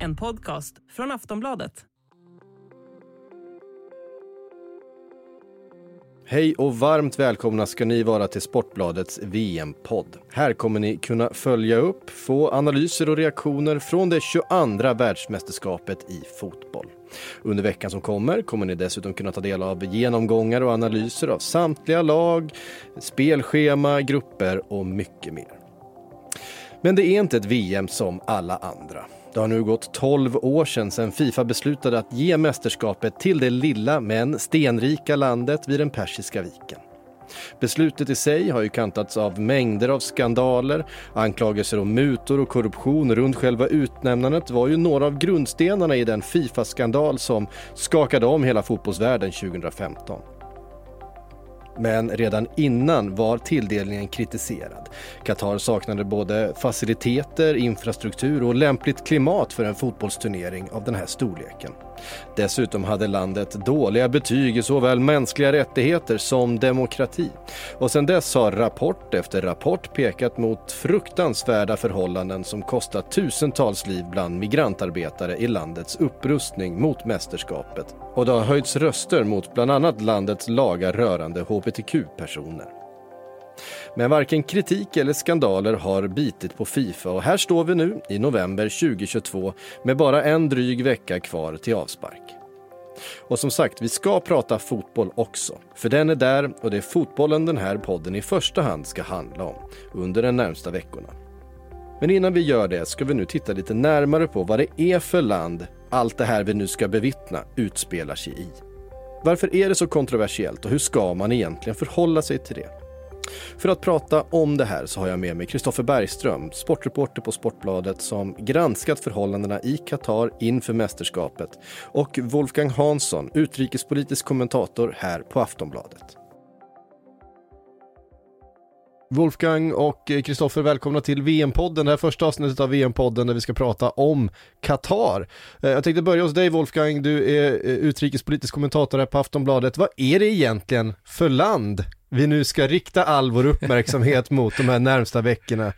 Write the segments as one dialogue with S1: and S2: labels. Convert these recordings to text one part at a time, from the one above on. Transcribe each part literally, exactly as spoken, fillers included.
S1: En podcast från Aftonbladet.
S2: Hej och varmt välkomna ska ni vara till Sportbladets V M-podd. Här kommer ni kunna följa upp, få analyser och reaktioner från det tjugoandra världsmästerskapet i fotboll. Under veckan som kommer kommer ni dessutom kunna ta del av genomgångar och analyser av samtliga lag, spelschema, grupper och mycket mer. Men det är inte ett V M som alla andra. Det har nu gått tolv år sedan sedan FIFA beslutade att ge mästerskapet till det lilla men stenrika landet vid den Persiska viken. Beslutet i sig har ju kantats av mängder av skandaler, anklagelser om mutor och korruption runt själva utnämnandet var ju några av grundstenarna i den FIFA-skandal som skakade om hela fotbollsvärlden tjugohundrafemton. Men redan innan var tilldelningen kritiserad. Qatar saknade både faciliteter, infrastruktur och lämpligt klimat för en fotbollsturnering av den här storleken. Dessutom hade landet dåliga betyg i såväl mänskliga rättigheter som demokrati. Och sedan dess har rapport efter rapport pekat mot fruktansvärda förhållanden som kostat tusentals liv bland migrantarbetare i landets upprustning mot mästerskapet. Och det har höjts röster mot bland annat landets lagar rörande H B T Q-personer. Men varken kritik eller skandaler har bitit på FIFA och här står vi nu i november tjugohundratjugotvå med bara en dryg vecka kvar till avspark. Och som sagt, vi ska prata fotboll också, för den är där och det är fotbollen den här podden i första hand ska handla om under de närmsta veckorna. Men innan vi gör det ska vi nu titta lite närmare på vad det är för land allt det här vi nu ska bevittna utspelar sig i. Varför är det så kontroversiellt och hur ska man egentligen förhålla sig till det? För att prata om det här så har jag med mig Kristoffer Bergström, sportreporter på Sportbladet som granskat förhållandena i Qatar inför mästerskapet och Wolfgang Hansson, utrikespolitisk kommentator här på Aftonbladet. Wolfgang och Kristoffer, välkomna till V M-podden, det här första avsnittet av V M-podden där vi ska prata om Qatar. Jag tänkte börja hos dig Wolfgang, du är utrikespolitisk kommentator här på Aftonbladet. Vad är det egentligen för land vi nu ska rikta all vår uppmärksamhet mot de här närmsta veckorna?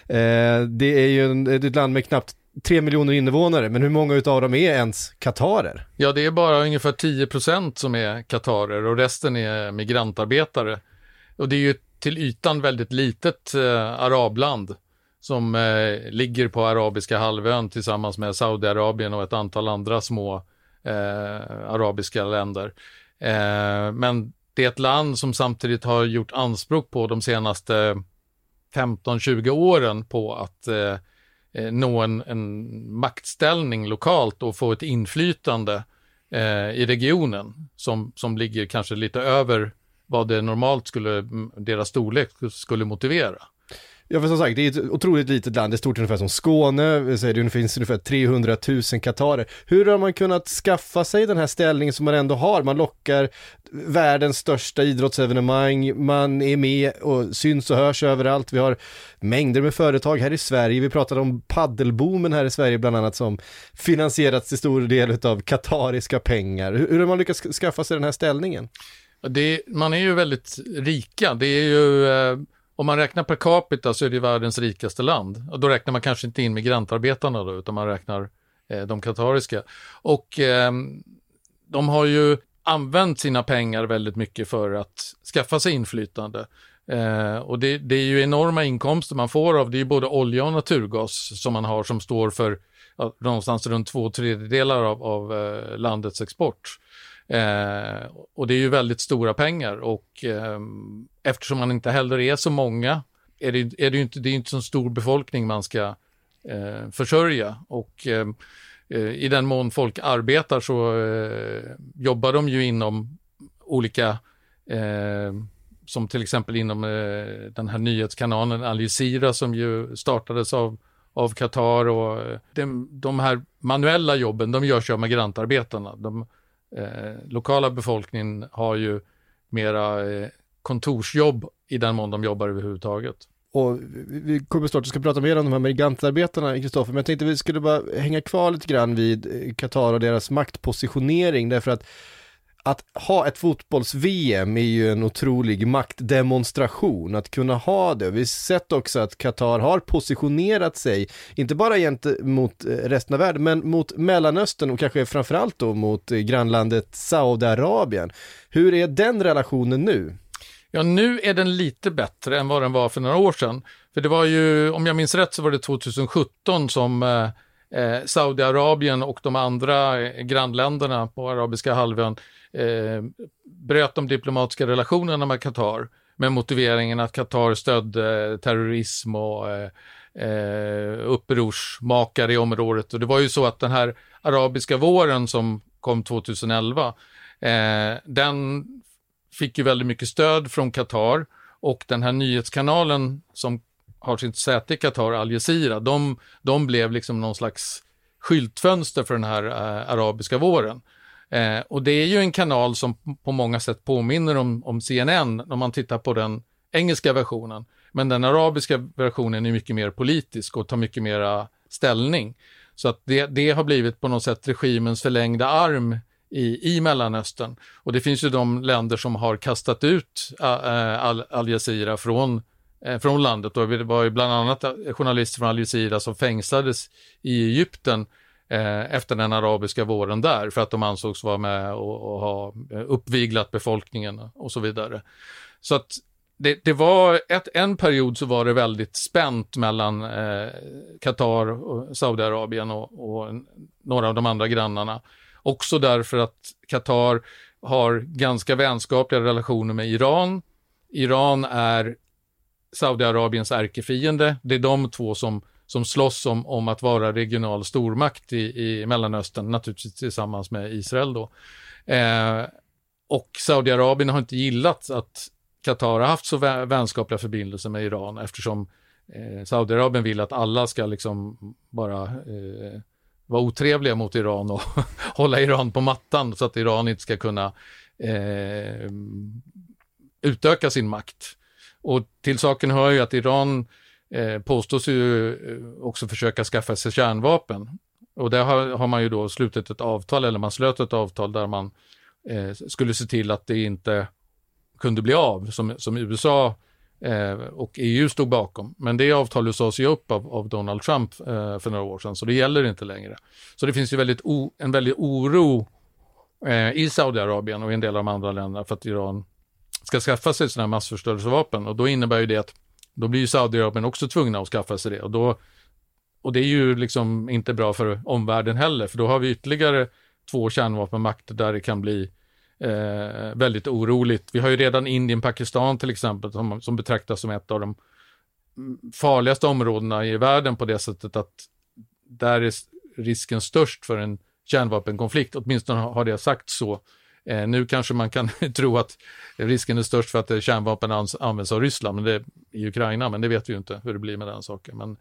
S2: Det är ju ett land med knappt tre miljoner invånare, men hur många utav dem är ens katarer?
S3: Ja, det är bara ungefär tio procent som är katarer och resten är migrantarbetare. Och det är ju till ytan väldigt litet eh, arabland som eh, ligger på arabiska halvön tillsammans med Saudiarabien och ett antal andra små eh, arabiska länder. Eh, men det är ett land som samtidigt har gjort anspråk på de senaste femton tjugo åren på att eh, nå en, en maktställning lokalt och få ett inflytande eh, i regionen som, som ligger kanske lite över vad det normalt skulle, deras storlek skulle motivera.
S2: Ja, för som sagt, det är ett otroligt litet land. Det är stort ungefär som Skåne. Det finns ungefär trehundratusen katarer. Hur har man kunnat skaffa sig den här ställningen som man ändå har? Man lockar världens största idrottsevenemang. Man är med och syns och hörs överallt. Vi har mängder med företag här i Sverige. Vi pratade om paddelboomen här i Sverige bland annat som finansierats till stor del av katariska pengar. Hur, hur har man lyckats skaffa sig den här ställningen?
S3: Det, man är ju väldigt rika. Det är ju, eh, om man räknar per capita så är det världens rikaste land. Och då räknar man kanske inte in migrantarbetarna då, utan man räknar eh, de katariska. Och eh, de har ju använt sina pengar väldigt mycket för att skaffa sig inflytande. Eh, och det, det är ju enorma inkomster man får av, det är ju både olja och naturgas som man har som står för ja, någonstans runt två tredjedelar av, av eh, landets export. Eh, och det är ju väldigt stora pengar och eh, eftersom man inte heller är så många är det, är det ju inte, det är inte så stor befolkning man ska eh, försörja och eh, i den mån folk arbetar så eh, jobbar de ju inom olika eh, som till exempel inom eh, den här nyhetskanalen Al Jazeera som ju startades av av Qatar och de, de här manuella jobben de görs ju av migrantarbetarna. De Eh, lokala befolkningen har ju mera eh, kontorsjobb i den mån de jobbar överhuvudtaget.
S2: Och vi kommer snart att ska prata mer om de här migrantarbetarna, Kristoffer, men jag tänkte vi skulle bara hänga kvar lite grann vid Qatar och deras maktpositionering därför att att ha ett fotbolls-V M är ju en otrolig maktdemonstration, att kunna ha det. Vi har sett också att Qatar har positionerat sig, inte bara gentemot resten av världen, men mot Mellanöstern och kanske framförallt då mot grannlandet Saudiarabien. Hur är den relationen nu?
S3: Ja, nu är den lite bättre än vad den var för några år sedan. För det var ju, om jag minns rätt så var det tjugohundrasjutton som eh, Saudiarabien och de andra eh, grannländerna på arabiska halvön eh, bröt de diplomatiska relationerna med Qatar med motiveringen att Qatar stödde terrorism och eh, eh, upprorsmakare i området. Och det var ju så att den här arabiska våren som kom tjugoelva, eh, den fick ju väldigt mycket stöd från Qatar, och den här nyhetskanalen som har sitt säte i Qatar, Al Jazeera, de, de blev liksom någon slags skyltfönster för den här eh, arabiska våren. Eh, och det är ju en kanal som på många sätt påminner om, om C N N när man tittar på den engelska versionen. Men den arabiska versionen är mycket mer politisk och tar mycket mera ställning. Så att det, det har blivit på något sätt regimens förlängda arm i, i Mellanöstern. Och det finns ju de länder som har kastat ut äh, Al, Al Jazeera från, äh, från landet. Och det var ju bland annat journalister från Al Jazeera som fängslades i Egypten äh, efter den arabiska våren där, för att de ansågs vara med och, och ha uppviglat befolkningen och så vidare. Så att det, det var ett, en period så var det väldigt spänt mellan eh, Qatar och Saudiarabien och, och några av de andra grannarna. Också därför att Qatar har ganska vänskapliga relationer med Iran. Iran är Saudiarabiens ärkefiende. Det är de två som, som slåss om, om att vara regional stormakt i, i Mellanöstern, naturligtvis tillsammans med Israel då. Eh, och Saudiarabien har inte gillat att Qatar har haft så vä- vänskapliga förbindelser med Iran, eftersom eh, Saudiarabien vill att alla ska liksom bara eh, vara otrevliga mot Iran och hålla Iran på mattan så att Iran inte ska kunna eh, utöka sin makt. Och till saken hör ju att Iran eh, påstås ju också försöka skaffa sig kärnvapen. Och där har, har man ju då slutit ett avtal, eller man slöt ett avtal där man eh, skulle se till att det inte kunde bli av, som, som U S A eh, och E U stod bakom. Men det avtalet sades ju upp av, av Donald Trump eh, för några år sedan, så det gäller inte längre. Så det finns ju väldigt o, en väldigt oro eh, i Saudiarabien och i en del av de andra länderna för att Iran ska skaffa sig sådana här massförstörelsevapen. Och då innebär ju det att då blir ju Saudiarabien också tvungna att skaffa sig det. Och, då, och det är ju liksom inte bra för omvärlden heller, för då har vi ytterligare två kärnvapenmakter där det kan bli Eh, väldigt oroligt. Vi har ju redan Indien, Pakistan till exempel, som, som betraktas som ett av de farligaste områdena i världen på det sättet att där är risken störst för en kärnvapenkonflikt. Åtminstone har det sagt så. Eh, nu kanske man kan tro att risken är störst för att kärnvapen ans- används av Ryssland, men det är i Ukraina, men det vet vi ju inte hur det blir med den saken. Men,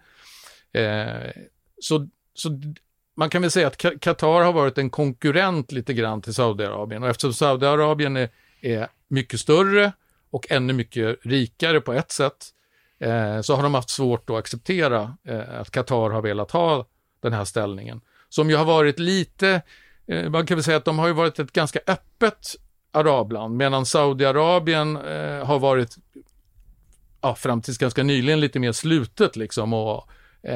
S3: eh, så, så man kan väl säga att Qatar har varit en konkurrent lite grann till Saudiarabien, och eftersom Saudiarabien är, är mycket större och ännu mycket rikare på ett sätt eh, så har de haft svårt att acceptera eh, att Qatar har velat ha den här ställningen. Som ju har varit lite, eh, man kan väl säga att de har ju varit ett ganska öppet arabland, medan Saudiarabien eh, har varit ja, fram tills ganska nyligen lite mer slutet liksom, och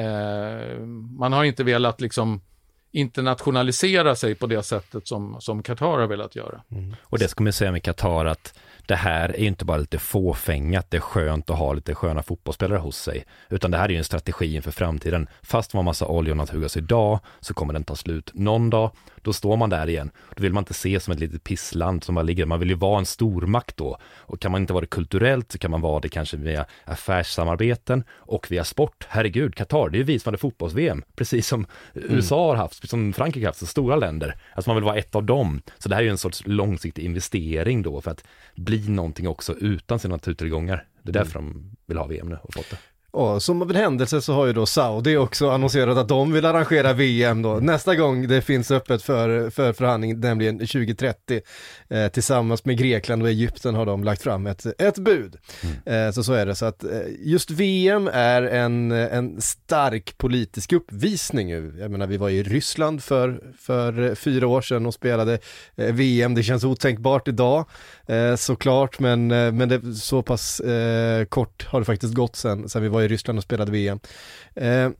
S3: eh, man har inte velat liksom internationalisera sig på det sättet som, som Qatar har velat göra.
S4: Mm. Och det ska man säga med Qatar att det här är inte bara lite fåfängat, det är skönt att ha lite sköna fotbollsspelare hos sig, utan det här är ju en strategi inför framtiden. Fast man har massa olja och naturgas idag så kommer den ta slut någon dag, då står man där igen. Då vill man inte se som ett litet pissland som bara ligger, man vill ju vara en stormakt då, och kan man inte vara det kulturellt så kan man vara det kanske via affärssamarbeten och via sport. Herregud, Qatar, det är ju vi som hade fotbolls-V M, precis som mm. U S A har haft, som Frankrike har haft, så stora länder. Alltså man vill vara ett av dem. Så det här är ju en sorts långsiktig investering då för att bli någonting också utan sina naturtillgångar. Det är därför mm. de vill ha V M nu och fått det.
S2: Och som av en händelse så har ju då Saudi också annonserat att de vill arrangera V M då. Nästa gång det finns öppet för, för förhandling, nämligen tjugo trettio. Eh, tillsammans med Grekland och Egypten har de lagt fram ett, ett bud. Mm. Eh, så så är det. Så att eh, just V M är en, en stark politisk uppvisning. Jag menar, vi var i Ryssland för, för fyra år sedan och spelade eh, V M. Det känns otänkbart idag eh, såklart, men, eh, men det så pass eh, kort har det faktiskt gått sen, sen vi var i Ryssland och spelade V M. Eh,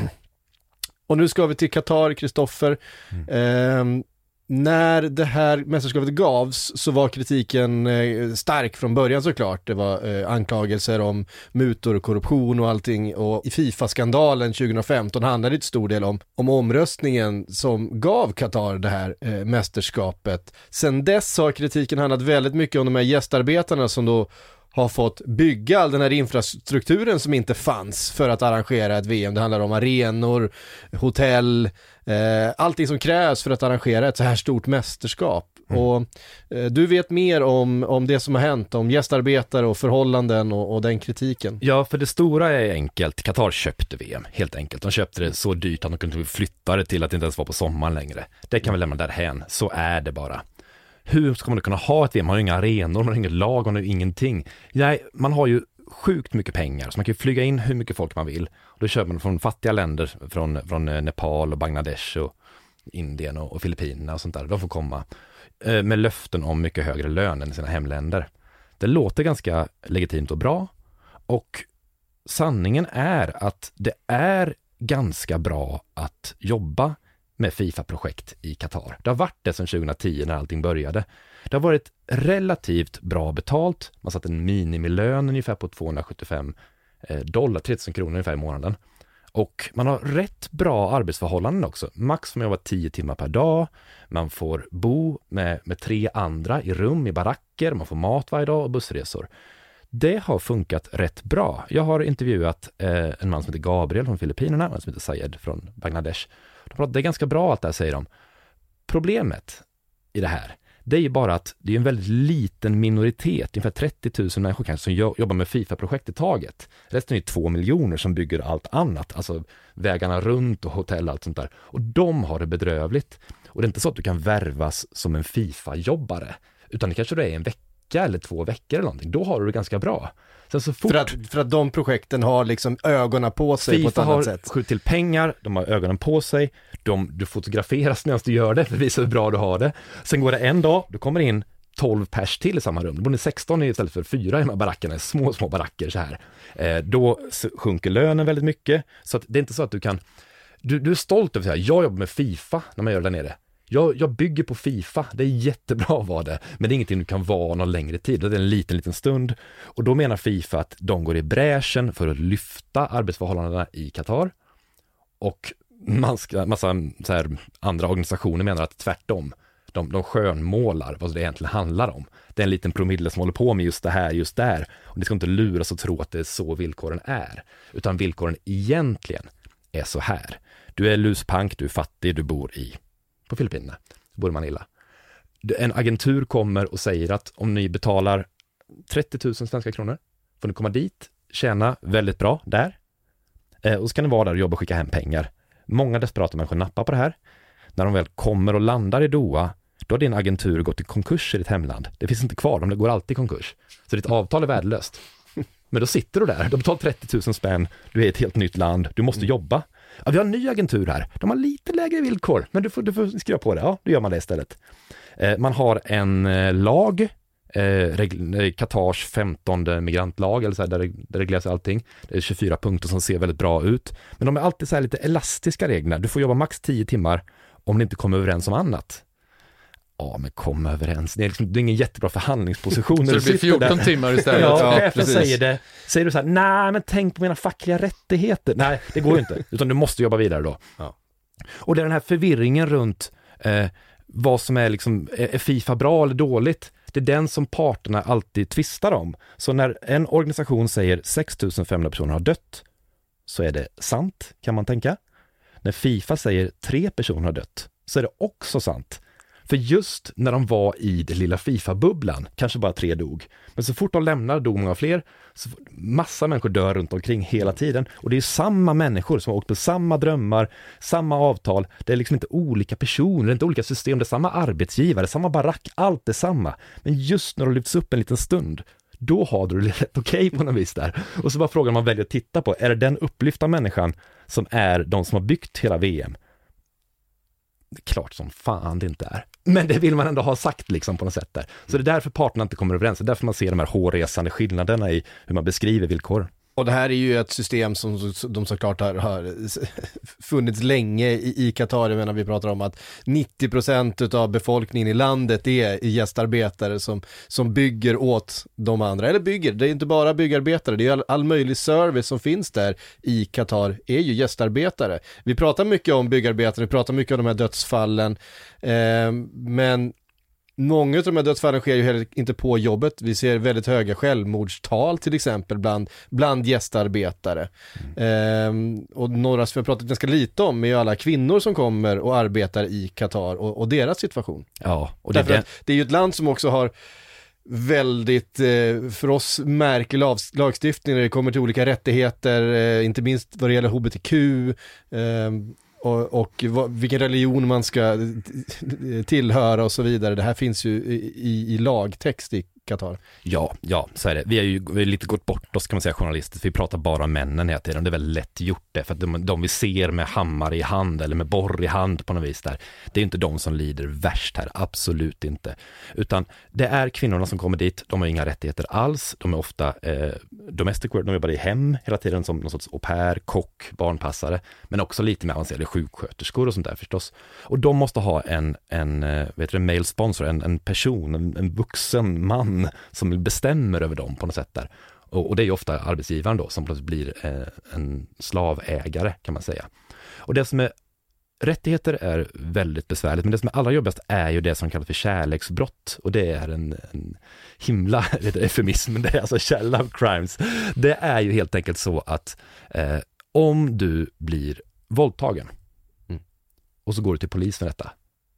S2: och nu ska vi till Qatar, Kristoffer. Mm. Eh, när det här mästerskapet gavs så var kritiken eh, stark från början såklart. Det var eh, anklagelser om mutor och korruption och allting. Och i FIFA-skandalen tjugo femton handlade det ett stor del om, om omröstningen som gav Qatar det här eh, mästerskapet. Sen dess har kritiken handlat väldigt mycket om de här gästarbetarna som då har fått bygga all den här infrastrukturen som inte fanns för att arrangera ett V M. Det handlar om arenor, hotell, eh, allting som krävs för att arrangera ett så här stort mästerskap. Mm. Och eh, du vet mer om, om det som har hänt, om gästarbetare och förhållanden och, och den kritiken.
S4: Ja, för det stora är enkelt. Qatar köpte V M, helt enkelt. De köpte det så dyrt att de kunde flytta det till att det inte ens var på sommaren längre. Det kan vi lämna därhän. Så är det bara. Hur ska man kunna ha ett V M? Man har ju inga arenor, man har inget lag, man har ju ingenting. Nej, man har ju sjukt mycket pengar, så man kan ju flyga in hur mycket folk man vill. Då köper man från fattiga länder, från, från Nepal och Bangladesh och Indien och, och Filippinerna och sånt där. De får komma eh, med löften om mycket högre lön än i sina hemländer. Det låter ganska legitimt och bra, och sanningen är att det är ganska bra att jobba med FIFA-projekt i Qatar. Det har varit det sedan tjugo tio när allting började. Det har varit relativt bra betalt. Man satt en minimilön ungefär på tvåhundrasjuttiofem dollar, tretusen kronor ungefär i månaden. Och man har rätt bra arbetsförhållanden också. Max får man jobba tio timmar per dag. Man får bo med, med tre andra i rum, i baracker. Man får mat varje dag och bussresor. Det har funkat rätt bra. Jag har intervjuat eh, en man som heter Gabriel från Filippinerna och en som heter Sayed från Bangladesh. De pratar, det är ganska bra allt det här, säger de. Problemet i det här, det är ju bara att det är en väldigt liten minoritet, ungefär trettio tusen människor kanske, som jobbar med FIFA-projekt i taget. Resten är ju två miljoner som bygger allt annat, alltså vägarna runt och hotell och allt sånt där. Och de har det bedrövligt. Och det är inte så att du kan värvas som en FIFA-jobbare, utan det kanske det är en vecka eller två veckor eller någonting. Då har du det ganska bra. Sen så fort...
S2: för, att, för att de projekten har liksom ögonen på sig
S4: FIFA
S2: på ett annat
S4: har
S2: sätt.
S4: skjutit till pengar, de har ögonen på sig, de, du fotograferas när du gör det för att visa hur bra du har det. Sen går det en dag, du kommer in tolv pers till i samma rum. Det bor sexton istället för fyra i de här barackerna, små, små baracker så här. Eh, då sjunker lönen väldigt mycket. Så att det är inte så att du kan... Du, du är stolt över att säga, jag jobbar med FIFA när man gör det där nere. Jag, jag bygger på FIFA, det är jättebra att vara det, men det är ingenting du kan vara någon längre tid, det är en liten, liten stund. Och då menar FIFA att de går i bräschen för att lyfta arbetsförhållandena i Qatar. Och massa, massa så här, andra organisationer menar att tvärtom, de, de skönmålar vad det egentligen handlar om. Det är en liten promille som håller på med just det här, just där. Och det ska inte luras och tro att det är så villkoren är. Utan villkoren egentligen är så här. Du är luspank, du är fattig, du bor i på Filippinerna, bor i Manila. En agentur kommer och säger att om ni betalar trettio tusen svenska kronor får ni komma dit, tjäna väldigt bra där. Eh, och så kan ni vara där och jobba och skicka hem pengar. Många desperata människor nappar på det här. När de väl kommer och landar i Doha, då har din agentur gått i konkurs i ditt hemland. Det finns inte kvar, de går alltid i konkurs. Så ditt avtal är värdelöst. Men då sitter du där, de betalar trettio tusen spänn, du är i ett helt nytt land, du måste mm. jobba. Ja, vi har en ny agentur här, de har lite lägre villkor, men du får, du får skriva på det, ja, då gör man det istället. Eh, man har en eh, lag, eh, Qatars femtonde migrantlag, eller så här, där, det, där regleras allting. Det är tjugofyra punkter som ser väldigt bra ut, men de är alltid så här lite elastiska regler. Du får jobba max tio timmar om ni inte kommer överens om annat. Ja, men kom överens. Det är, liksom, det är ingen jättebra förhandlingsposition.
S3: Så det blir fjorton där. Timmar istället.
S4: Ja, ja, chefen säger det. Säger du så här, nej men tänk på mina fackliga rättigheter. Nej, det går ju inte. Utan du måste jobba vidare då. Ja. Och det är den här förvirringen runt eh, vad som är liksom, är FIFA bra eller dåligt. Det är den som parterna alltid tvistar om. Så när en organisation säger sex tusen femhundra personer har dött, så är det sant, kan man tänka. När FIFA säger tre personer har dött, så är det också sant. För just när de var i det lilla FIFA-bubblan, kanske bara tre dog. Men så fort de lämnar dog många fler. Så massa människor dör runt omkring hela tiden. Och det är samma människor som har åkt på samma drömmar, samma avtal. Det är liksom inte olika personer, det är inte olika system, det är samma arbetsgivare, samma barack, allt är samma. Men just när de lyfts upp en liten stund, då har du det rätt okej på något vis där. Och så bara frågan man väljer att titta på, är det den upplyfta människan som är de som har byggt hela V M? Klart som fan det inte är. Men det vill man ändå ha sagt liksom på något sätt där. Så det är därför parterna inte kommer överens. Det är därför man ser de här hårresande skillnaderna i hur man beskriver villkor.
S2: Och det här är ju ett system som de såklart har, har funnits länge i Qatar. Jag menar, vi pratar om att nittio procent av befolkningen i landet är gästarbetare som, som bygger åt de andra. Eller bygger, det är inte bara byggarbetare. Det är all, all möjlig service som finns där i Qatar är ju gästarbetare. Vi pratar mycket om byggarbetare, vi pratar mycket om de här dödsfallen. Eh, men många av de här dödsfallen sker ju heller inte på jobbet. Vi ser väldigt höga självmordstal till exempel bland, bland gästarbetare. Mm. Ehm, och några som vi har pratat ganska lite om är alla kvinnor som kommer och arbetar i Qatar och, och deras situation.
S4: Ja, och det,
S2: det... det är ju ett land som också har väldigt eh, för oss märklig lag, lagstiftning när det kommer till olika rättigheter, eh, inte minst vad det gäller H B T Q, eh, och, och vad, vilken religion man ska tillhöra och så vidare. Det här finns ju i, i lagtext i Qatar.
S4: Ja, ja, så är det. Vi har ju vi har lite gått bort oss kan man säga journalistiskt. Vi pratar bara om männen hela tiden. Det är väldigt lätt gjort det. För att de, de vi ser med hammare i hand eller med borr i hand på något vis där. Det är inte de som lider värst här. Absolut inte. Utan det är kvinnorna som kommer dit. De har inga rättigheter alls. De är ofta eh, domestic work. De jobbar i hem hela tiden som någon sorts au pair, kock, barnpassare. Men också lite mer avancerade sjuksköterskor och sånt där förstås. Och de måste ha en, en vet du, en male sponsor, en, en person, en, en vuxen man som bestämmer över dem på något sätt där. Och, och det är ju ofta arbetsgivaren då som plötsligt blir eh, en slavägare kan man säga. Och det som är rättigheter är väldigt besvärligt, men det som är allra jobbigast är ju det som kallas för kärleksbrott. Och det är en, en himla eufemism, men det är alltså child love crimes. Det är ju helt enkelt så att eh, om du blir våldtagen mm. och så går du till polis för detta,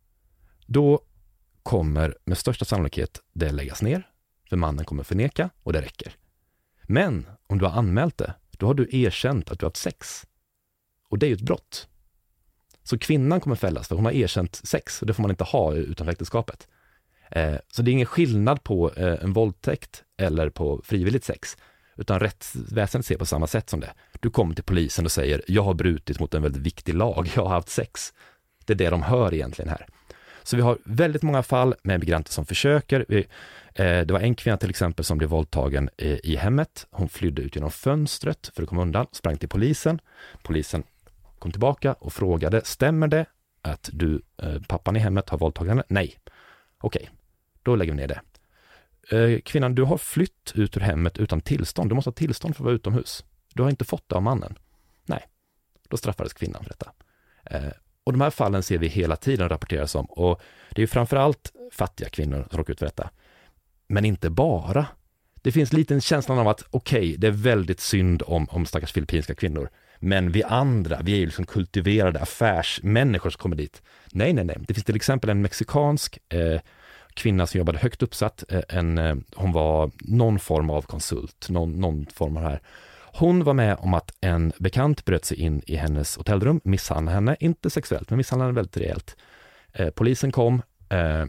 S4: då kommer med största sannolikhet det läggas ner, för mannen kommer förneka och det räcker. Men om du har anmält det, då har du erkänt att du har haft sex. Och det är ju ett brott. Så kvinnan kommer fällas för hon har erkänt sex och det får man inte ha utanför äktenskapet. Eh, så det är ingen skillnad på eh, en våldtäkt eller på frivilligt sex. Utan rättsväsendet ser på samma sätt som det. Du kommer till polisen och säger jag har brutit mot en väldigt viktig lag, jag har haft sex. Det är det de hör egentligen här. Så vi har väldigt många fall med migranter som försöker. Vi, eh, det var en kvinna till exempel som blev våldtagen eh, i hemmet. Hon flydde ut genom fönstret för att komma undan, sprang till polisen. Polisen kom tillbaka och frågade, stämmer det att du, eh, pappan i hemmet har våldtagit henne? Nej. Okej, då lägger vi ner det. Eh, kvinnan, du har flytt ut ur hemmet utan tillstånd. Du måste ha tillstånd för att vara utomhus. Du har inte fått det av mannen. Nej, då straffades kvinnan för detta. Eh, Och de här fallen ser vi hela tiden rapporteras om. Och det är ju framförallt fattiga kvinnor som råkar ut för detta. Men inte bara. Det finns lite en känslan av att okej, okay, det är väldigt synd om, om stackars filippinska kvinnor. Men vi andra, vi är ju liksom kultiverade affärsmänniskor som kommer dit. Nej, nej, nej. Det finns till exempel en mexikansk eh, kvinna som jobbade högt uppsatt. Eh, en, eh, hon var någon form av konsult. Någon, någon form av det här. Hon var med om att en bekant bröt sig in i hennes hotellrum, misshandlade henne, inte sexuellt, men misshandlade henne väldigt rejält. Eh, polisen kom, eh,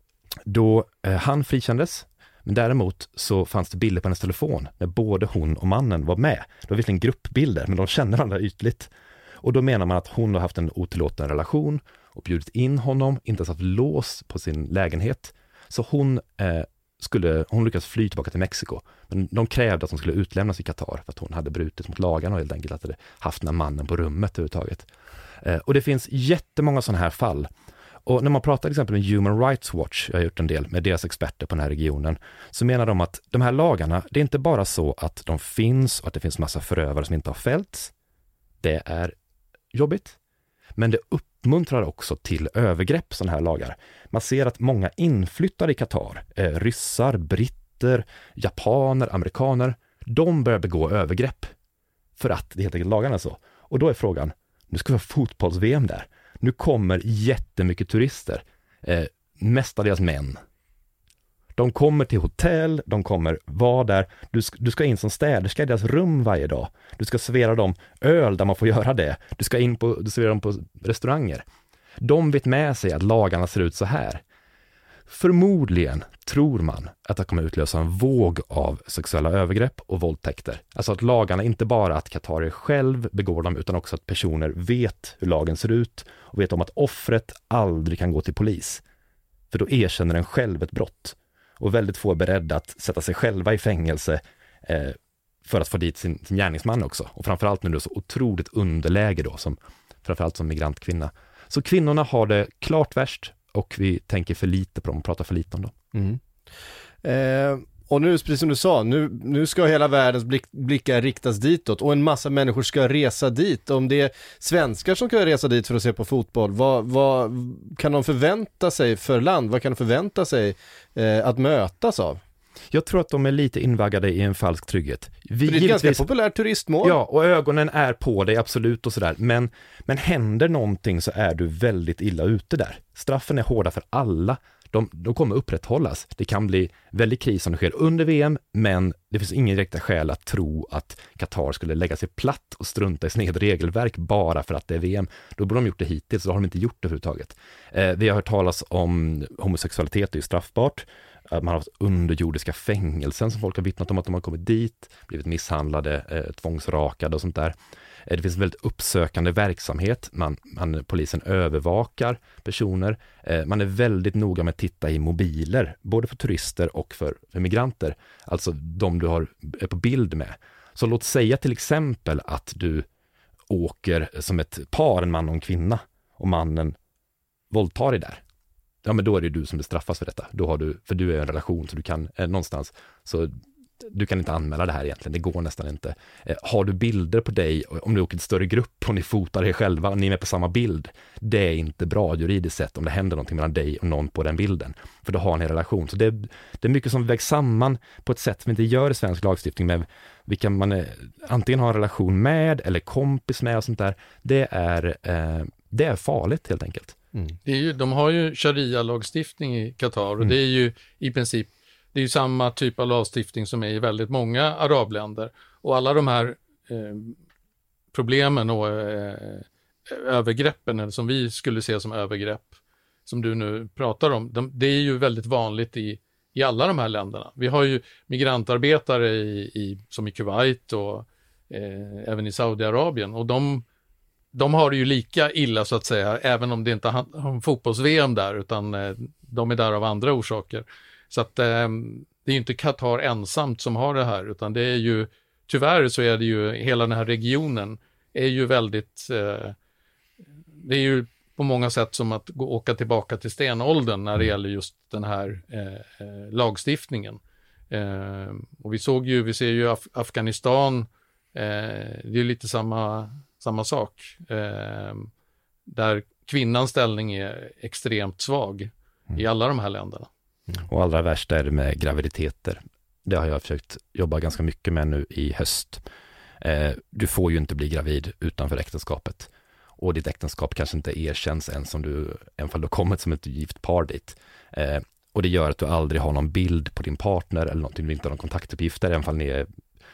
S4: då eh, han frikändes, men däremot så fanns det bilder på hennes telefon när både hon och mannen var med. Det var visserligen gruppbilder, men de kände varandra ytligt. Och då menar man att hon har haft en otillåten relation och bjudit in honom, inte ens haft lås på sin lägenhet. Så hon... Eh, skulle hon lyckas fly tillbaka till Mexiko. Men de krävde att hon skulle utlämnas i Qatar för att hon hade brutit mot lagarna och helt enkelt hade haft den här mannen på rummet överhuvudtaget. Eh, och det finns jättemånga sådana här fall. Och när man pratar till exempel med Human Rights Watch, jag har gjort en del med deras experter på den här regionen, så menar de att de här lagarna, det är inte bara så att de finns och att det finns massa förövare som inte har fällts. Det är jobbigt. Men det uppmuntrar också till övergrepp, sådana här lagar. Man ser att många inflyttare i Qatar, eh, ryssar, britter, japaner, amerikaner, de börjar begå övergrepp för att det helt enkelt lagarna är så. Och då är frågan, nu ska vi ha fotbolls-V M där. Nu kommer jättemycket turister. Eh, mestadels män. De kommer till hotell, de kommer vara där. Du ska, du ska in som städerska i deras rum varje dag. Du ska servera dem öl där man får göra det. Du ska in på, du servera dem på restauranger. De vet med sig att lagarna ser ut så här. Förmodligen tror man att det kommer utlösa en våg av sexuella övergrepp och våldtäkter. Alltså att lagarna inte bara att Qatar själv begår dem utan också att personer vet hur lagen ser ut och vet om att offret aldrig kan gå till polis. För då erkänner den själv ett brott. Och väldigt få är beredda att sätta sig själva i fängelse eh, för att få dit sin, sin gärningsman också. Och framförallt när du är så otroligt underläge då, som, framförallt som migrantkvinna. Så kvinnorna har det klart värst och vi tänker för lite på dem och pratar för lite om dem.
S2: Mm. Eh, och nu, precis som du sa, nu, nu ska hela världens blick, blickar riktas ditåt och en massa människor ska resa dit. Om det är svenskar som ska resa dit för att se på fotboll, vad, vad kan de förvänta sig för land? Vad kan de förvänta sig eh, att mötas av?
S4: Jag tror att de är lite invaggade i en falsk trygghet. Vi
S2: det är ett ganska populärt turistmål.
S4: Ja, och ögonen är på dig, absolut och sådär. Men, men händer någonting så är du väldigt illa ute där. Straffen är hårda för alla. De, de kommer upprätthållas. Det kan bli väldigt kris om det sker under V M, men det finns ingen direkta skäl att tro att Qatar skulle lägga sig platt och strunta i sin eget regelverk bara för att det är V M. Då borde de gjort det hittills, så har de inte gjort det överhuvudtaget. Eh, vi har hört talas om homosexualitet, det är ju straffbart. Man har haft underjordiska fängelsen som folk har vittnat om att de har kommit dit, blivit misshandlade, eh, tvångsrakade och sånt där. Eh, det finns en väldigt uppsökande verksamhet. Man, man, polisen övervakar personer. Eh, man är väldigt noga med att titta i mobiler, både för turister och för, för migranter. Alltså de du har, är på bild med. Så låt säga till exempel att du åker som ett par, en man och en kvinna, och mannen våldtar dig där. Ja, men då är det du som bestraffas för detta. Då har du, för du är i en relation så du kan eh, någonstans, så du kan inte anmäla det här egentligen. Det går nästan inte. Eh, har du bilder på dig, om du åker i en större grupp och ni fotar er själva och ni är med på samma bild, det är inte bra juridiskt sett om det händer någonting mellan dig och någon på den bilden. För då har ni en relation. Så det, det är mycket som vägs samman på ett sätt som inte gör i svensk lagstiftning med vilka man är, antingen har en relation med eller kompis med och sånt där. Det är, eh, det är farligt helt enkelt.
S3: Mm. Det är ju, de har ju sharia-lagstiftning i Qatar och mm. det är ju i princip det är ju samma typ av lagstiftning som är i väldigt många arabländer. Och alla de här eh, problemen och eh, övergreppen, eller som vi skulle se som övergrepp, som du nu pratar om, de, det är ju väldigt vanligt i, i alla de här länderna. Vi har ju migrantarbetare i, i, som i Kuwait och eh, även i Saudiarabien, och de De har det ju lika illa så att säga, även om det inte har fotbolls-V M där, utan eh, de är där av andra orsaker. Så att eh, det är ju inte Qatar ensamt som har det här, utan det är ju, tyvärr så är det ju, hela den här regionen är ju väldigt, eh, det är ju på många sätt som att gå, åka tillbaka till stenåldern när det gäller just den här eh, eh, lagstiftningen. Eh, och vi såg ju, vi ser ju Af- Afghanistan, eh, det är ju lite samma Samma sak, eh, där kvinnans ställning är extremt svag mm. i alla de här länderna.
S4: Mm. Och allra värst är det med graviditeter. Det har jag försökt jobba ganska mycket med nu i höst. Eh, du får ju inte bli gravid utanför äktenskapet. Och ditt äktenskap kanske inte erkänns ens om du, även fall du har kommit som ett gift par dit. Eh, och det gör att du aldrig har någon bild på din partner eller någonting, du inte har någon kontaktuppgifter, även fall ni, är,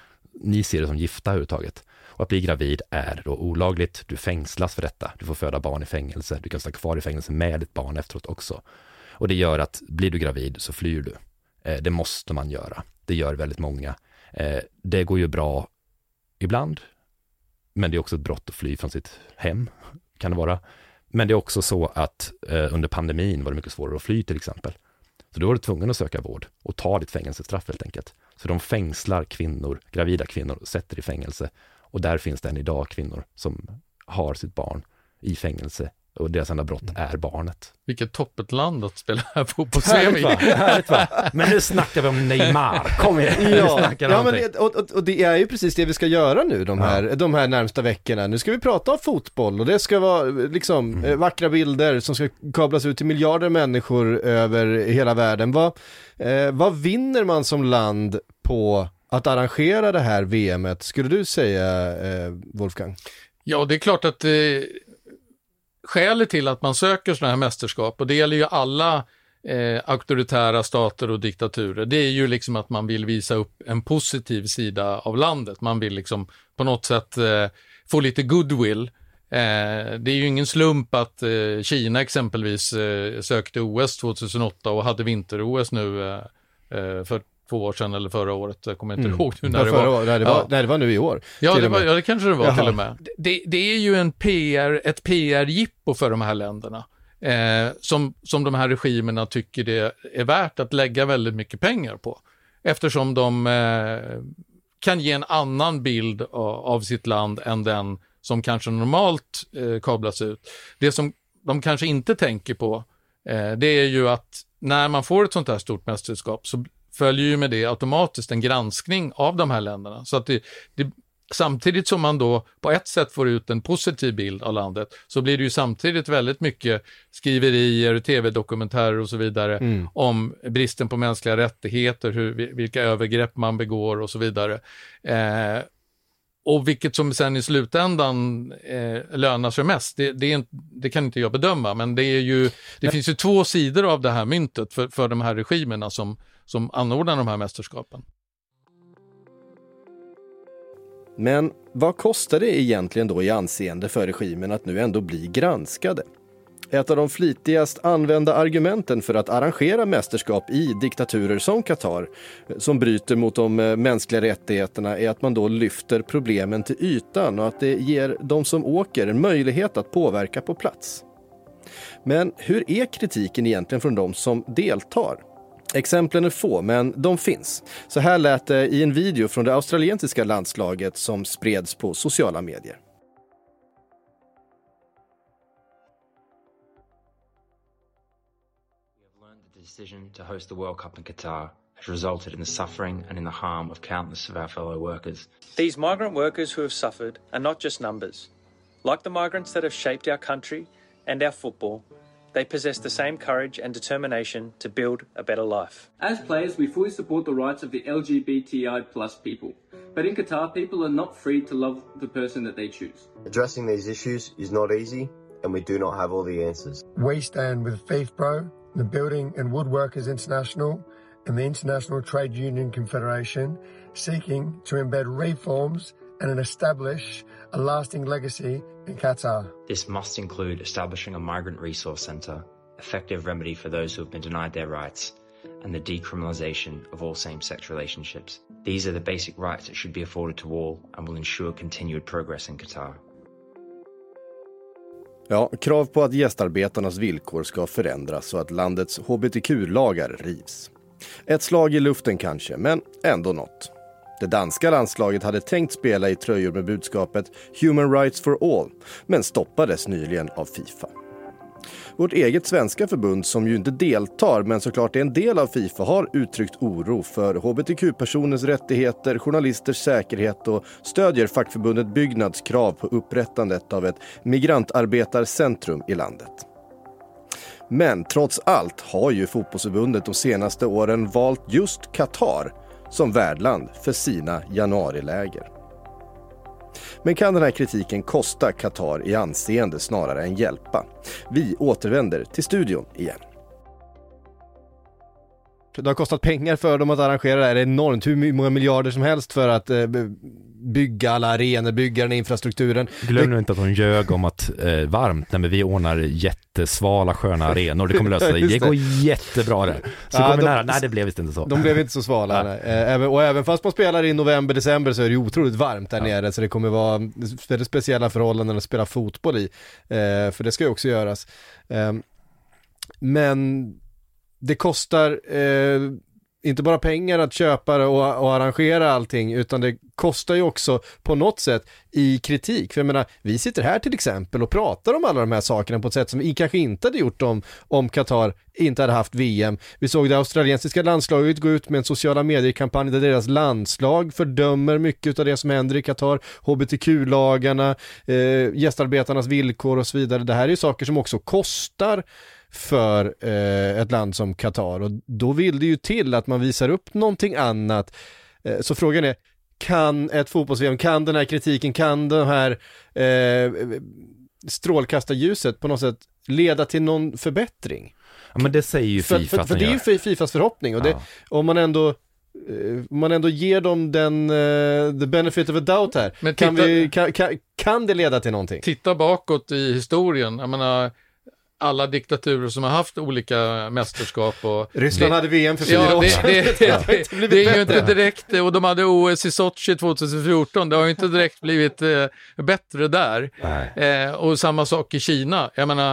S4: ni ser det som gifta överhuvudtaget. Och att bli gravid är då olagligt. Du fängslas för detta. Du får föda barn i fängelse. Du kan stanna kvar i fängelse med ditt barn efteråt också. Och det gör att blir du gravid så flyr du. Eh, det måste man göra. Det gör väldigt många. Eh, det går ju bra ibland. Men det är också ett brott att fly från sitt hem. Kan det vara. Men det är också så att eh, under pandemin var det mycket svårare att fly till exempel. Så då var du tvungen att söka vård och ta ditt fängelsestraff helt enkelt. Så de fängslar kvinnor, gravida kvinnor, och sätter i fängelse. Och där finns det än idag kvinnor som har sitt barn i fängelse och deras enda brott är barnet.
S3: Vilket toppet land att spela här fotbolls-V M.
S4: Härligt va? Men nu snackar vi om Neymar. Kom igen.
S2: Ja, ja men det, och, och, och det är ju precis det vi ska göra nu de här, ja. de här närmsta veckorna. Nu ska vi prata om fotboll och det ska vara liksom mm. vackra bilder som ska kablas ut till miljarder människor över hela världen. Vad, eh, vad vinner man som land på att arrangera det här V M-et, skulle du säga, eh, Wolfgang?
S3: Ja, det är klart att eh, skälet till att man söker sådana här mästerskap, och det gäller ju alla eh, auktoritära stater och diktaturer. Det är ju liksom att man vill visa upp en positiv sida av landet. Man vill liksom på något sätt eh, få lite goodwill. Eh, det är ju ingen slump att eh, Kina exempelvis eh, sökte O S tjugohundraåtta och hade vinter-O S nu eh, eh, för två år sedan eller förra året. Jag kommer inte mm. ihåg nu när det var.
S2: År, nej, det var. Ja. Nej, det var nu i år.
S3: Ja, det, var, ja det kanske det var Jaha. till och med. Det, det är ju en P R, ett P R-jippo för de här länderna. Eh, som, som de här regimerna tycker det är värt att lägga väldigt mycket pengar på. Eftersom de eh, kan ge en annan bild av, av sitt land än den som kanske normalt eh, kablas ut. Det som de kanske inte tänker på eh, det är ju att när man får ett sånt här stort mästerskap så följer ju med det automatiskt en granskning av de här länderna. Så att det, det, samtidigt som man då på ett sätt får ut en positiv bild av landet så blir det ju samtidigt väldigt mycket skriverier, tv-dokumentärer och så vidare mm. om bristen på mänskliga rättigheter, hur, vilka övergrepp man begår och så vidare. Eh, och vilket som sen i slutändan eh, lönar sig mest, det, det, är, det kan inte jag bedöma, men det är ju det Nej. finns ju två sidor av det här myntet för, för de här regimerna som som anordnar de här mästerskapen.
S2: Men vad kostar det egentligen då i anseende för regimen att nu ändå bli granskade? Ett av de flitigast använda argumenten för att arrangera mästerskap i diktaturer som Qatar, som bryter mot de mänskliga rättigheterna, är att man då lyfter problemen till ytan och att det ger de som åker en möjlighet att påverka på plats. Men hur är kritiken egentligen från de som deltar? Exemplen är få, men de finns. Så här lät det i en video från det australiensiska landslaget som spreds på sociala medier.
S5: We have learned that the decision to host the World Cup in Qatar has resulted in the suffering and in the harm of countless of our fellow workers.
S6: These migrant workers who have suffered are not just numbers. Like the migrants that have shaped our country and our football, they possess the same courage and determination to build a better life.
S7: As players, we fully support the rights of the L G B T I plus people. But in Qatar, people are not free to love the person that they choose.
S8: Addressing these issues is not easy, and we do not have all the answers.
S9: We stand with FIFPro, the Building and Woodworkers International, and the International Trade Union Confederation, seeking to embed reforms and establish a lasting legacy in Qatar.
S5: This must include establishing a migrant resource centre, effective remedy for those who have been denied their rights, and the decriminalisation of all same-sex relationships. These are the basic rights that should be afforded to all and will ensure continued progress in Qatar.
S2: Ja, krav på att gästarbetarnas villkor ska förändras så att landets H B T Q-lagar rivs. Ett slag i luften kanske, men ändå något. Det danska landslaget hade tänkt spela i tröjor med budskapet Human Rights for All, men stoppades nyligen av FIFA. Vårt eget svenska förbund, som ju inte deltar men såklart är en del av FIFA, har uttryckt oro för H B T Q-personers rättigheter, journalisters säkerhet och stödjer fackförbundet Byggnads krav på upprättandet av ett migrantarbetarcentrum i landet. Men trots allt har ju fotbollsförbundet de senaste åren valt just Qatar som värdland för sina januariläger. Men kan den här kritiken kosta Qatar i anseende snarare än hjälpa? Vi återvänder till studion igen. Det har kostat pengar för dem att arrangera det här. Det är enormt, hur många miljarder som helst för att eh, bygga alla arenor, bygga den infrastrukturen.
S4: Glöm nu inte att hon ljög om att eh, varmt, när vi ordnar jättesvala sköna arenor. Det kommer lösa sig. Det. det går jättebra där. Så ja, de, nära. Nej, det blev visst inte så.
S2: De blev inte så svala. Ja. Även, och även fast man spelar i november, december så är det otroligt varmt där ja. nere. Så det kommer vara väldigt speciella förhållanden att spela fotboll i. Eh, för det ska ju också göras. Eh, men det kostar eh, inte bara pengar att köpa och, och arrangera allting, utan det kostar ju också på något sätt i kritik. För jag menar, vi sitter här till exempel och pratar om alla de här sakerna på ett sätt som vi kanske inte hade gjort om, om Qatar inte hade haft V M. Vi såg det australiensiska landslaget gå ut med en sociala medier-kampanj där deras landslag fördömer mycket av det som händer i Qatar, H B T Q-lagarna, eh, gästarbetarnas villkor och så vidare. Det här är ju saker som också kostar för eh, ett land som Qatar, och då vill det ju till att man visar upp någonting annat. Eh, så frågan är, kan ett fotbolls-V M, kan den här kritiken, kan det här eh, strålkastarljuset på något sätt leda till någon förbättring?
S4: ja, men det säger ju
S2: för,
S4: FIFA
S2: för,
S4: att
S2: för
S4: de
S2: det är
S4: gör.
S2: ju FIFAs förhoppning. Och det,
S4: Ja.
S2: om man ändå om man ändå ger dem den uh, the benefit of a doubt här,
S3: Men
S2: kan,
S3: titta-
S2: vi, kan, kan, kan det leda till någonting?
S3: Titta bakåt i historien. Jag menar, alla diktaturer som har haft olika mästerskap. Och
S2: Ryssland
S3: det,
S2: hade V M för fyra
S3: ja,
S2: år
S3: det,
S2: sedan.
S3: det,
S2: Det har
S3: det,
S2: inte
S3: det,
S2: blivit
S3: det är ju
S2: bättre.
S3: inte direkt, och de hade O S i Sochi tjugohundrafjorton, det har ju inte direkt blivit eh, bättre där. Eh, och samma sak i Kina. Jag menar,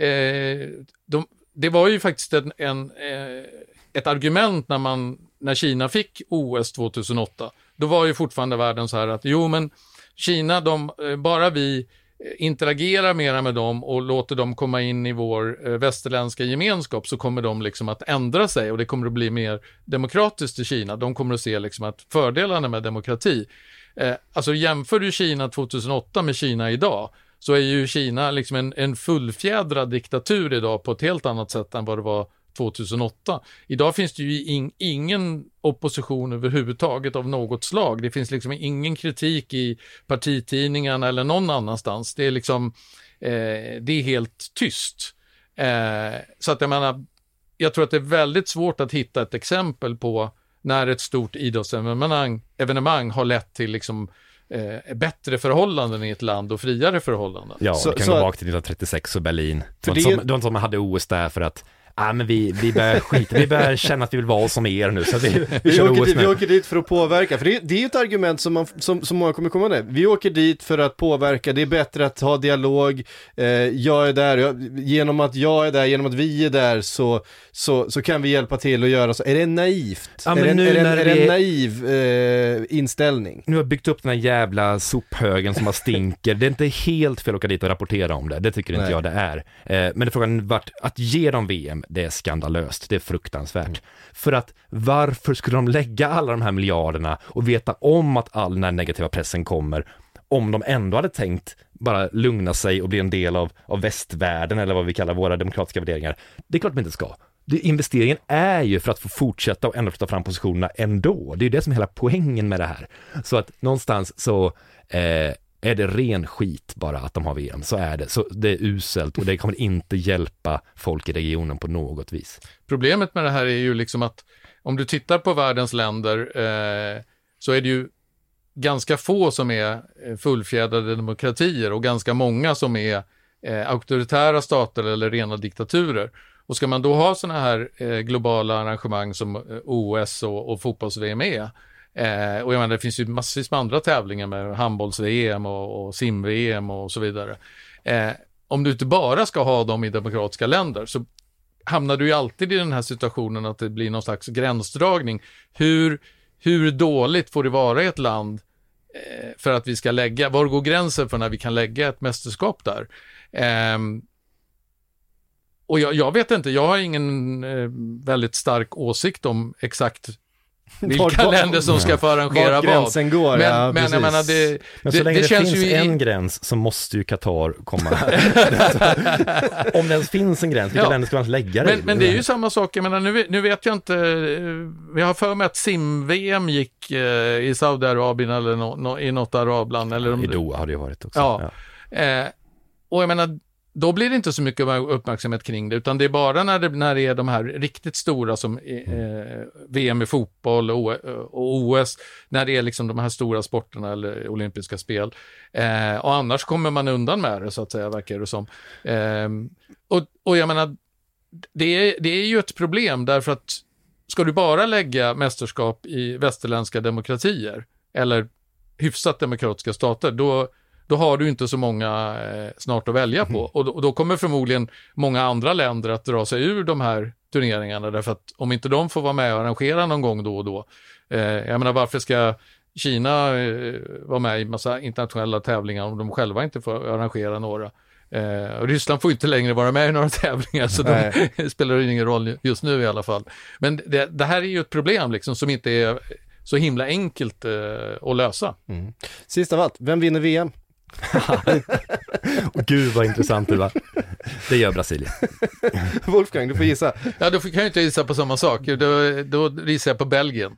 S3: eh, de, det var ju faktiskt en, en, eh, ett argument när, man, när Kina fick O S tjugohundraåtta. Då var ju fortfarande världen så här att jo men Kina, de, eh, bara vi interagerar mera med dem och låter dem komma in i vår eh, västerländska gemenskap, så kommer de liksom att ändra sig och det kommer att bli mer demokratiskt i Kina. De kommer att se liksom att fördelarna med demokrati, eh, alltså jämför du Kina tjugohundraåtta med Kina idag, så är ju Kina liksom en, en fullfjädrad diktatur idag på ett helt annat sätt än vad det var tjugohundraåtta. Idag finns det ju in, ingen opposition överhuvudtaget av något slag. Det finns liksom ingen kritik i partitidningarna eller någon annanstans. Det är liksom eh, det är helt tyst. Eh, så att jag menar, jag tror att det är väldigt svårt att hitta ett exempel på när ett stort idrottsevenemang evenemang har lett till liksom eh, bättre förhållanden i ett land och friare förhållanden.
S4: Ja,
S2: Så-
S4: det kan
S2: så-
S4: gå bak till nittonhundratrettiosex och Berlin.
S2: För
S4: Det var
S2: det-
S4: inte som, det var inte som man hade O S där för att ah, men vi, vi börjar skita, vi börjar känna att vi vill vara som er nu, så vi, vi,
S2: Vi
S4: kör
S2: åker,
S4: O S
S2: dit, vi
S4: med.
S2: åker dit för att påverka, för det, det är ju ett argument som, man, som, som många kommer komma med. Vi åker dit för att påverka, det är bättre att ha dialog, eh, jag är där, jag, genom att jag är där, genom att vi är där så, så, så kan vi hjälpa till och göra så. Är det naivt?
S4: Ja,
S2: är
S4: men
S2: det,
S4: nu
S2: är det,
S4: när
S2: är det
S4: vi-
S2: en naiv eh, inställning?
S4: Nu har jag byggt upp den här jävla sophögen som bara stinker. Det är inte helt fel att åka dit och rapportera om det. Det tycker inte
S2: Nej.
S4: jag det är. Eh, men det är frågan vart, att ge dem V M, det är skandalöst. Det är fruktansvärt. Mm. För att varför skulle de lägga alla de här miljarderna och veta om att all den här negativa pressen kommer, om de ändå hade tänkt bara lugna sig och bli en del av, av västvärlden eller vad vi kallar våra demokratiska värderingar. Det är klart de inte ska. Det, investeringen är ju för att få fortsätta och ändå ta fram positionerna ändå. Det är ju det som är hela poängen med det här. Så att någonstans så eh, är det ren skit bara att de har V M. Så är det. Så det är uselt och det kommer inte hjälpa folk i regionen på något vis.
S3: Problemet med det här är ju liksom att om du tittar på världens länder eh, så är det ju ganska få som är eh, fullfjädrade demokratier och ganska många som är eh, auktoritära stater eller rena diktaturer. Och ska man då ha såna här eh, globala arrangemang som eh, O S och, och fotbolls-V M är, eh, och jag menar, det finns ju massvis med andra tävlingar med handbolls-V M och, och sim-V M och så vidare. Eh, om du inte bara ska ha dem i demokratiska länder så hamnar du ju alltid i den här situationen att det blir någon slags gränsdragning. Hur, hur dåligt får det vara i ett land eh, för att vi ska lägga, var går gränsen för när vi kan lägga ett mästerskap där? Eh, och jag, jag vet inte, jag har ingen eh, väldigt stark åsikt om exakt vilka
S2: Var-
S3: länder som ska få arrangera
S2: Vart
S3: vad.
S2: gränsen går,
S3: Men,
S2: ja,
S3: men
S2: precis.
S3: jag menar, det,
S4: Men så
S3: det,
S4: länge
S3: det
S4: det,
S3: känns
S4: finns
S3: ju i-
S4: en gräns så måste ju Qatar komma. Om det ens finns en gräns, vilka
S3: Ja.
S4: länder ska man lägga det
S3: Men,
S4: i?
S3: men det är ju samma sak, jag menar, nu, nu vet jag inte, eh, vi har för mig att sim-V M gick eh, i Saudiarabien eller no, no, i något arabland. Eller om
S4: I
S3: det-
S4: Doha har det ju varit också.
S3: Ja. Eh, och jag menar, då blir det inte så mycket uppmärksamhet kring det, utan det är bara när det, när det är de här riktigt stora som eh, V M i fotboll och, O- och O S, när det är liksom de här stora sporterna eller olympiska spel. Eh, och annars kommer man undan med det, så att säga, verkar det som. Eh, och, och jag menar, det är, det är ju ett problem, därför att ska du bara lägga mästerskap i västerländska demokratier eller hyfsat demokratiska stater, då då har du inte så många eh, snart att välja på. Och, då, och då kommer förmodligen många andra länder att dra sig ur de här turneringarna, därför att om inte de får vara med och arrangera någon gång då och då. Eh, jag menar, varför ska Kina eh, vara med i massa internationella tävlingar om de själva inte får arrangera några? Eh, och Ryssland får inte längre vara med i några tävlingar, så de spelar ju ingen roll just nu i alla fall. Men det, det här är ju ett problem liksom, som inte är så himla enkelt eh, att lösa.
S2: Mm. Sist av allt, vem vinner V M?
S4: Och gud vad intressant det var. Det gör Brasilien.
S2: Wolfgang, du får gissa.
S3: Ja, då kan jag inte gissa på samma sak. Då, då gissar jag på Belgien.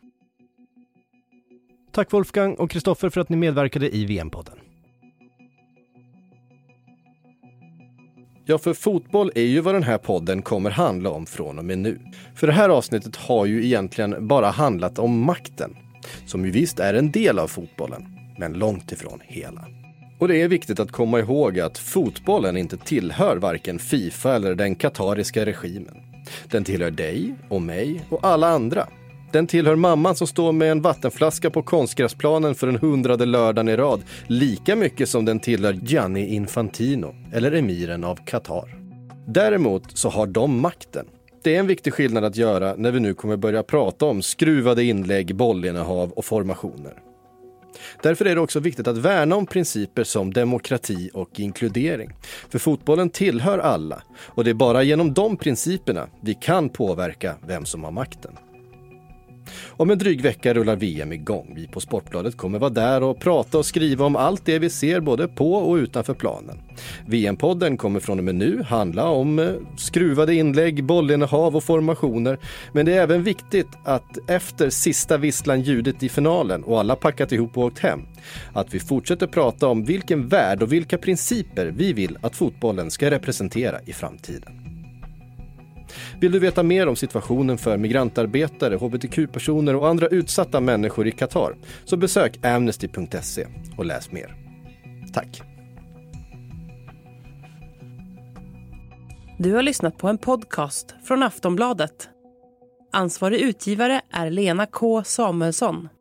S2: Tack Wolfgang och Kristoffer för att ni medverkade i V M-podden. Ja, för fotboll är ju vad den här podden kommer handla om från och med nu. För det här avsnittet har ju egentligen bara handlat om makten, som ju visst är en del av fotbollen, men långt ifrån hela. Och det är viktigt att komma ihåg att fotbollen inte tillhör varken FIFA eller den katariska regimen. Den tillhör dig och mig och alla andra. Den tillhör mamman som står med en vattenflaska på konstgräsplanen för en hundrade lördagen i rad, lika mycket som den tillhör Gianni Infantino eller emiren av Qatar. Däremot så har de makten. Det är en viktig skillnad att göra när vi nu kommer börja prata om skruvade inlägg, bollinnehav och formationer. Därför är det också viktigt att värna om principer som demokrati och inkludering. För fotbollen tillhör alla och det är bara genom de principerna vi kan påverka vem som har makten. Om en dryg vecka rullar V M igång. Vi på Sportbladet kommer vara där och prata och skriva om allt det vi ser både på och utanför planen. V M-podden kommer från och med nu handla om skruvade inlägg, bollinnehav och formationer. Men det är även viktigt att efter sista visslan ljudet i finalen och alla packat ihop och åkt hem, att vi fortsätter prata om vilken värld och vilka principer vi vill att fotbollen ska representera i framtiden. Vill du veta mer om situationen för migrantarbetare, hbtq-personer och andra utsatta människor i Qatar, så besök amnesty punkt se och läs mer. Tack!
S1: Du har lyssnat på en podcast från Aftonbladet. Ansvarig utgivare är Lena K. Samuelsson.